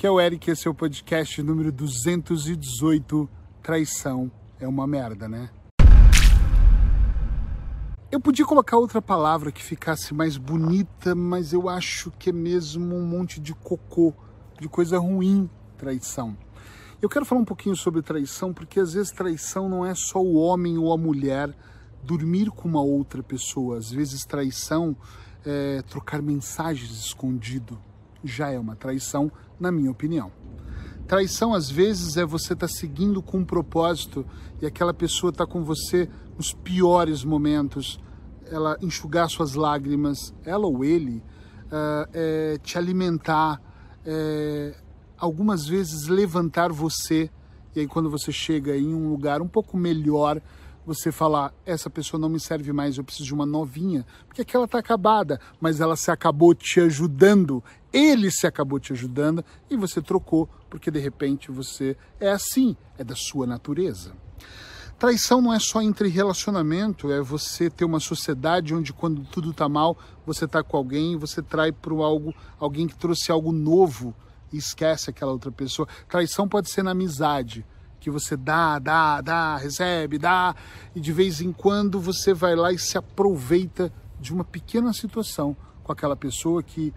Aqui é o Eric, esse é o podcast número 218, Traição é uma merda, né? Eu podia colocar outra palavra que ficasse mais bonita, mas eu acho que é mesmo um monte de cocô, de coisa ruim, traição. Eu quero falar um pouquinho sobre traição, porque às vezes traição não é só o homem ou a mulher dormir com uma outra pessoa. Às vezes traição é trocar mensagens escondido. Já é uma traição, na minha opinião. Traição, às vezes, é você estar seguindo com um propósito e aquela pessoa está com você nos piores momentos, ela enxugar suas lágrimas, ela ou ele, te alimentar, algumas vezes levantar você, e aí quando você chega em um lugar um pouco melhor, você falar, essa pessoa não me serve mais, eu preciso de uma novinha, porque aquela está acabada, mas ela se acabou te ajudando, ele se acabou te ajudando e você trocou, porque de repente você é assim, é da sua natureza. Traição não é só entre relacionamento, é você ter uma sociedade onde quando tudo está mal, você está com alguém e você trai para alguém que trouxe algo novo e esquece aquela outra pessoa. Traição pode ser na amizade, que você dá, recebe, e de vez em quando você vai lá e se aproveita de uma pequena situação com aquela pessoa que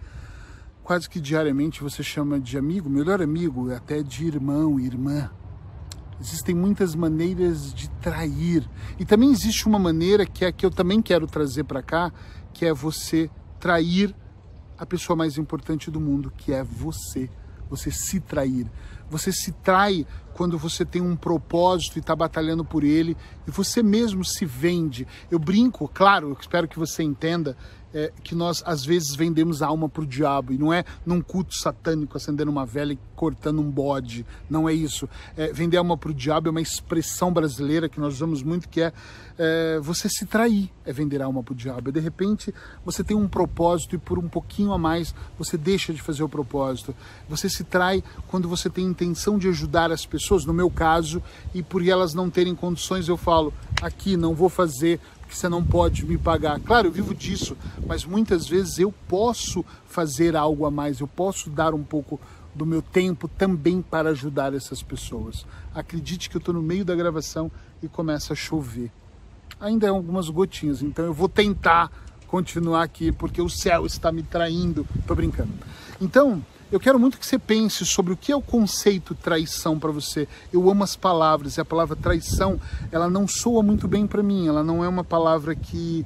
quase que diariamente você chama de amigo, melhor amigo, até de irmão, irmã. Existem muitas maneiras de trair. E também existe uma maneira que é a que eu também quero trazer para cá, que é você trair a pessoa mais importante do mundo, que é você. Você se trair. Você se trai quando você tem um propósito e está batalhando por ele e você mesmo se vende. Eu brinco, claro, eu espero que você entenda que nós às vezes vendemos a alma para o diabo e não é num culto satânico acendendo uma vela e cortando um bode, não é isso. Vender a alma para o diabo é uma expressão brasileira que nós usamos muito, que é você se trair, é vender a alma para o diabo. E de repente você tem um propósito e por um pouquinho a mais você deixa de fazer o propósito. Você se trai quando você tem intenção de ajudar as pessoas, no meu caso, e por elas não terem condições eu falo, aqui não vou fazer, que você não pode me pagar. Claro, eu vivo disso, mas muitas vezes eu posso fazer algo a mais, eu posso dar um pouco do meu tempo também para ajudar essas pessoas. Acredite que eu estou no meio da gravação e começa a chover. Ainda é algumas gotinhas, então eu vou tentar continuar aqui, porque o céu está me traindo. Tô brincando. Então, eu quero muito que você pense sobre o que é o conceito traição para você. Eu amo as palavras, e a palavra traição, ela não soa muito bem para mim, ela não é uma palavra que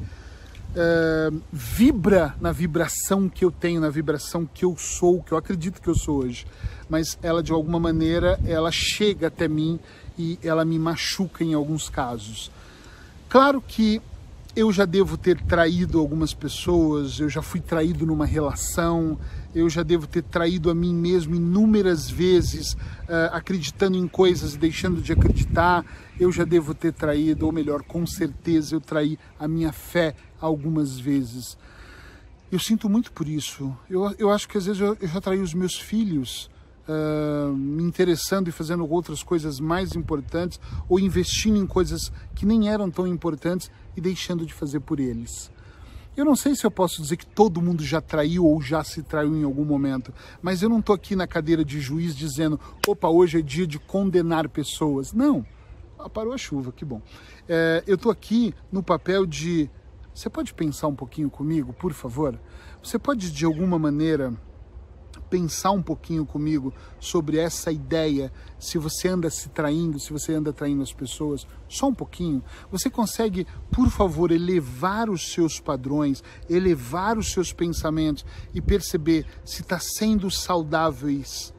vibra na vibração que eu tenho, na vibração que eu sou, que eu acredito que eu sou hoje. Mas ela, de alguma maneira, ela chega até mim e ela me machuca em alguns casos. Claro que eu já devo ter traído algumas pessoas, eu já fui traído numa relação, eu já devo ter traído a mim mesmo inúmeras vezes, acreditando em coisas e deixando de acreditar. Eu já devo ter traído, ou melhor, com certeza eu traí a minha fé algumas vezes. Eu sinto muito por isso. Eu acho que às vezes eu já traí os meus filhos, me interessando e fazendo outras coisas mais importantes, ou investindo em coisas que nem eram tão importantes e deixando de fazer por eles. Eu não sei se eu posso dizer que todo mundo já traiu ou já se traiu em algum momento, mas eu não estou aqui na cadeira de juiz dizendo, opa, hoje é dia de condenar pessoas. Não, parou a chuva, que bom. Eu estou aqui no papel de, você pode pensar um pouquinho comigo, por favor? Você pode, de alguma maneira, pensar um pouquinho comigo sobre essa ideia, se você anda se traindo, se você anda traindo as pessoas, só um pouquinho. Você consegue, por favor, elevar os seus padrões, elevar os seus pensamentos e perceber se está sendo saudável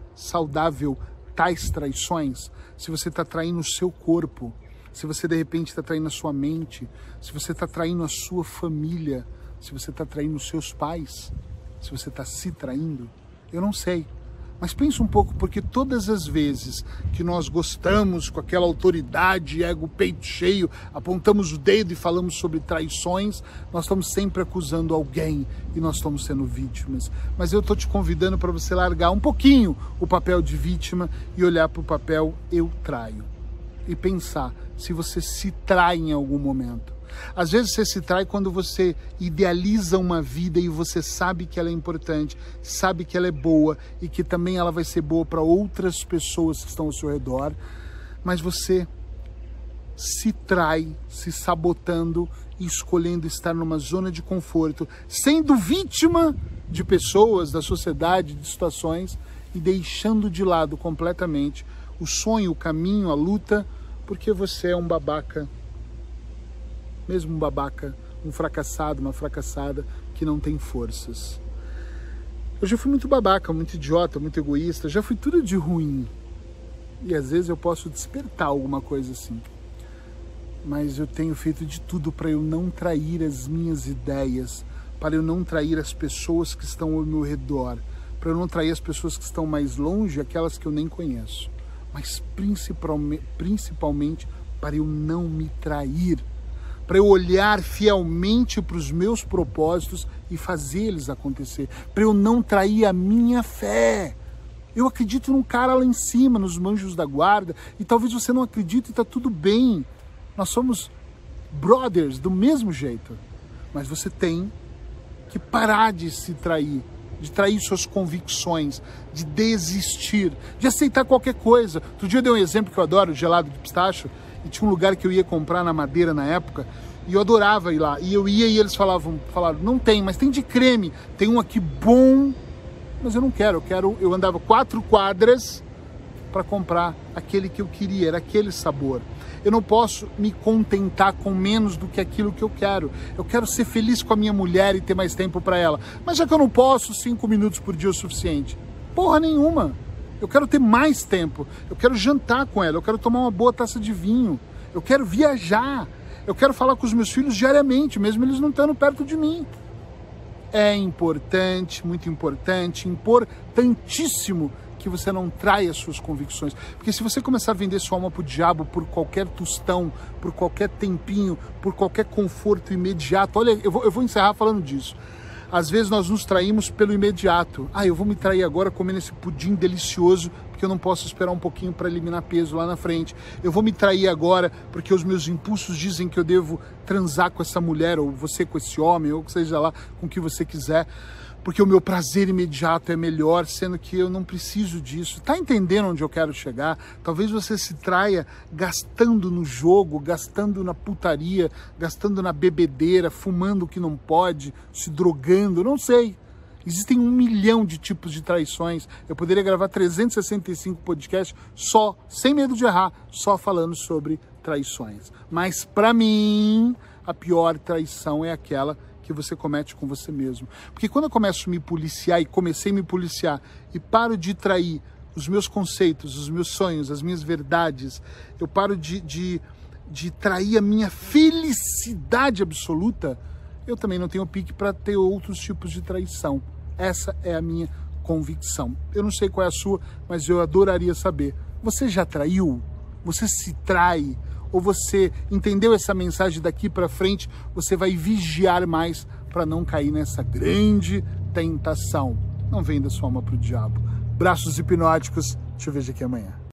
tais traições? Se você está traindo o seu corpo, se você de repente está traindo a sua mente, se você está traindo a sua família, se você está traindo os seus pais, se você está se traindo. Eu não sei, mas pensa um pouco, porque todas as vezes que nós gostamos com aquela autoridade, ego, peito cheio, apontamos o dedo e falamos sobre traições, nós estamos sempre acusando alguém e nós estamos sendo vítimas. Mas eu estou te convidando para você largar um pouquinho o papel de vítima e olhar para o papel eu traio. E pensar se você se trai em algum momento. Às vezes você se trai quando você idealiza uma vida e você sabe que ela é importante, sabe que ela é boa e que também ela vai ser boa para outras pessoas que estão ao seu redor, mas você se trai, se sabotando e escolhendo estar numa zona de conforto, sendo vítima de pessoas, da sociedade, de situações e deixando de lado completamente o sonho, o caminho, a luta, porque você é um babaca, mesmo um babaca, um fracassado, uma fracassada que não tem forças. Eu já fui muito babaca, muito idiota, muito egoísta, já fui tudo de ruim. E às vezes eu posso despertar alguma coisa assim. Mas eu tenho feito de tudo para eu não trair as minhas ideias, para eu não trair as pessoas que estão ao meu redor, para eu não trair as pessoas que estão mais longe, aquelas que eu nem conheço. Mas principalmente para eu não me trair, para eu olhar fielmente para os meus propósitos e fazer eles acontecer, para eu não trair a minha fé. Eu acredito num cara lá em cima, nos anjos da guarda, e talvez você não acredite e está tudo bem. Nós somos brothers do mesmo jeito, mas você tem que parar de se trair, de trair suas convicções, de desistir, de aceitar qualquer coisa. Outro dia eu dei um exemplo que eu adoro, gelado de pistacho, e tinha um lugar que eu ia comprar na Madeira na época, e eu adorava ir lá. E eu ia e eles falaram, não tem, mas tem de creme, tem um aqui bom, mas eu não quero, eu andava 4 quadras para comprar aquele que eu queria, era aquele sabor. Eu não posso me contentar com menos do que aquilo que eu quero. Eu quero ser feliz com a minha mulher e ter mais tempo para ela. Mas já que eu não posso, 5 minutos por dia é o suficiente. Porra nenhuma. Eu quero ter mais tempo. Eu quero jantar com ela. Eu quero tomar uma boa taça de vinho. Eu quero viajar. Eu quero falar com os meus filhos diariamente, mesmo eles não estando perto de mim. É importante, muito importante, importantíssimo que você não traia suas convicções. Porque se você começar a vender sua alma pro diabo por qualquer tostão, por qualquer tempinho, por qualquer conforto imediato, olha, eu vou encerrar falando disso. Às vezes nós nos traímos pelo imediato. Eu vou me trair agora comendo esse pudim delicioso, porque eu não posso esperar um pouquinho para eliminar peso lá na frente. Eu vou me trair agora porque os meus impulsos dizem que eu devo transar com essa mulher, ou você com esse homem, ou seja lá com o que você quiser, porque o meu prazer imediato é melhor, sendo que eu não preciso disso. Tá entendendo onde eu quero chegar? Talvez você se traia gastando no jogo, gastando na putaria, gastando na bebedeira, fumando o que não pode, se drogando, não sei. Existem 1 milhão de tipos de traições. Eu poderia gravar 365 podcasts só, sem medo de errar, só falando sobre traições. Mas para mim, a pior traição é aquela que você comete com você mesmo. Porque quando eu começo a me policiar e comecei a me policiar e paro de trair os meus conceitos, os meus sonhos, as minhas verdades, eu paro de trair a minha felicidade absoluta, eu também não tenho pique para ter outros tipos de traição. Essa é a minha convicção. Eu não sei qual é a sua, mas eu adoraria saber. Você já traiu? Você se trai? Ou você entendeu essa mensagem daqui para frente, você vai vigiar mais para não cair nessa grande tentação. Não venda sua alma para o diabo. Braços hipnóticos, te vejo aqui amanhã.